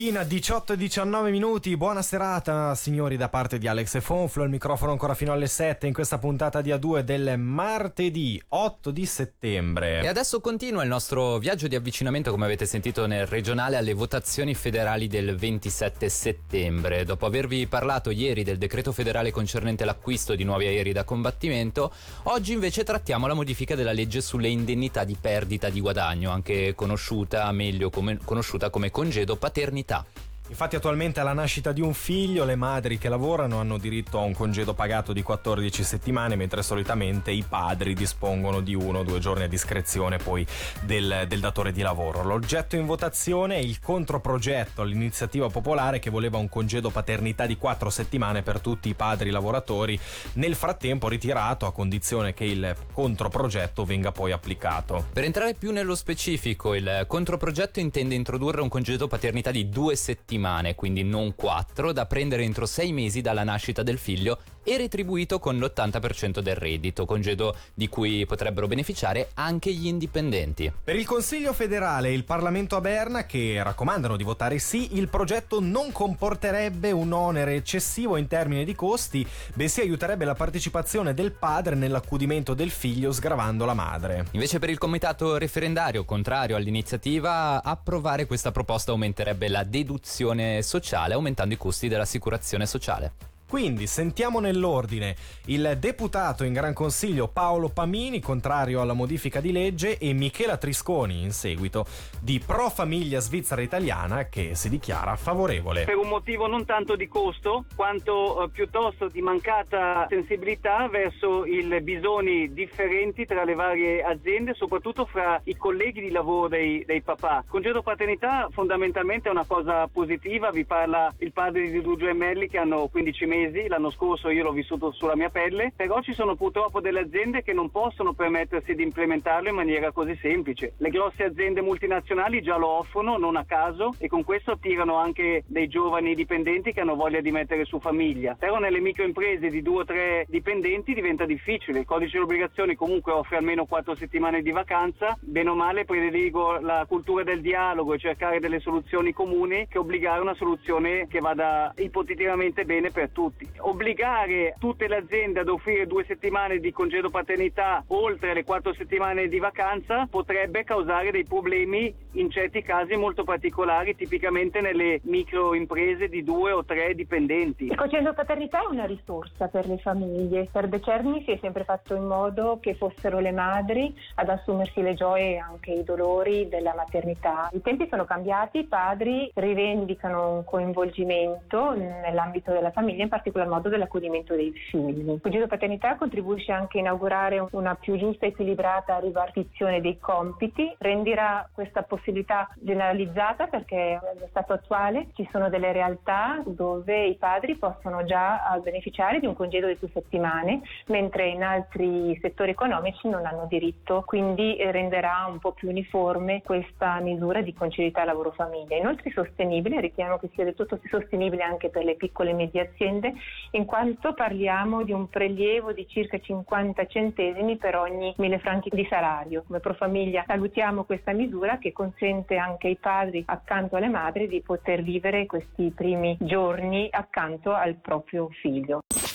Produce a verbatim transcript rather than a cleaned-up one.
In diciotto e diciannove minuti, buona serata signori da parte di Alex e Fonflo, il microfono ancora fino alle sette in questa puntata di A due del martedì otto di settembre. E adesso continua il nostro viaggio di avvicinamento, come avete sentito nel regionale, alle votazioni federali del ventisette settembre. Dopo avervi parlato ieri del decreto federale concernente l'acquisto di nuovi aerei da combattimento, oggi invece trattiamo la modifica della legge sulle indennità di perdita di guadagno, anche conosciuta meglio come, conosciuta come congedo paternità. Infatti attualmente alla nascita di un figlio le madri che lavorano hanno diritto a un congedo pagato di quattordici settimane, mentre solitamente i padri dispongono di uno o due giorni a discrezione poi del, del datore di lavoro. L'oggetto in votazione è il controprogetto all'iniziativa popolare che voleva un congedo paternità di quattro settimane per tutti i padri lavoratori, nel frattempo ritirato a condizione che il controprogetto venga poi applicato. Per entrare più nello specifico, il controprogetto intende introdurre un congedo paternità di due settimane, quindi non quattro, da prendere entro sei mesi dalla nascita del figlio e retribuito con l'ottanta per cento del reddito, congedo di cui potrebbero beneficiare anche gli indipendenti. Per il Consiglio federale e il Parlamento a Berna, che raccomandano di votare sì, il progetto non comporterebbe un onere eccessivo in termini di costi, bensì aiuterebbe la partecipazione del padre nell'accudimento del figlio sgravando la madre. Invece per il comitato referendario contrario all'iniziativa, approvare questa proposta aumenterebbe la deduzione sociale, aumentando i costi dell'assicurazione sociale. Quindi sentiamo nell'ordine il deputato in Gran Consiglio Paolo Pamini, contrario alla modifica di legge, e Michela Trisconi, in seguito, di Pro Famiglia Svizzera Italiana, che si dichiara favorevole. Per un motivo non tanto di costo, quanto eh, piuttosto di mancata sensibilità verso i bisogni differenti tra le varie aziende, soprattutto fra i colleghi di lavoro dei, dei papà. Congedo paternità fondamentalmente è una cosa positiva, vi parla il padre di due gemelli che hanno quindici mesi. L'anno scorso io l'ho vissuto sulla mia pelle, però ci sono purtroppo delle aziende che non possono permettersi di implementarlo in maniera così semplice. Le grosse aziende multinazionali già lo offrono, non a caso, e con questo attirano anche dei giovani dipendenti che hanno voglia di mettere su famiglia. Però nelle microimprese di due o tre dipendenti diventa difficile. Il codice delle obbligazioni comunque offre almeno quattro settimane di vacanza. Bene o male prediligo la cultura del dialogo e cercare delle soluzioni comuni che obbligare una soluzione che vada ipoteticamente bene per tutti. Obbligare tutte le aziende ad offrire due settimane di congedo paternità oltre le quattro settimane di vacanza potrebbe causare dei problemi in certi casi molto particolari, tipicamente nelle microimprese di due o tre dipendenti. Il congedo paternità è una risorsa per le famiglie. Per decenni si è sempre fatto in modo che fossero le madri ad assumersi le gioie e anche i dolori della maternità. I tempi sono cambiati, i padri rivendicano un coinvolgimento nell'ambito della famiglia, in particolar modo dell'accudimento dei figli. Il congedo paternità contribuisce anche a inaugurare una più giusta e equilibrata ripartizione dei compiti, renderà questa possibilità generalizzata perché nello stato attuale ci sono delle realtà dove i padri possono già beneficiare di un congedo di due settimane, mentre in altri settori economici non hanno diritto, quindi renderà un po' più uniforme questa misura di conciliità lavoro-famiglia. Inoltre sostenibile, riteniamo che sia del tutto sostenibile anche per le piccole e medie aziende, in quanto parliamo di un prelievo di circa cinquanta centesimi per ogni mille franchi di salario. Come Pro Famiglia salutiamo questa misura che consente anche ai padri accanto alle madri di poter vivere questi primi giorni accanto al proprio figlio.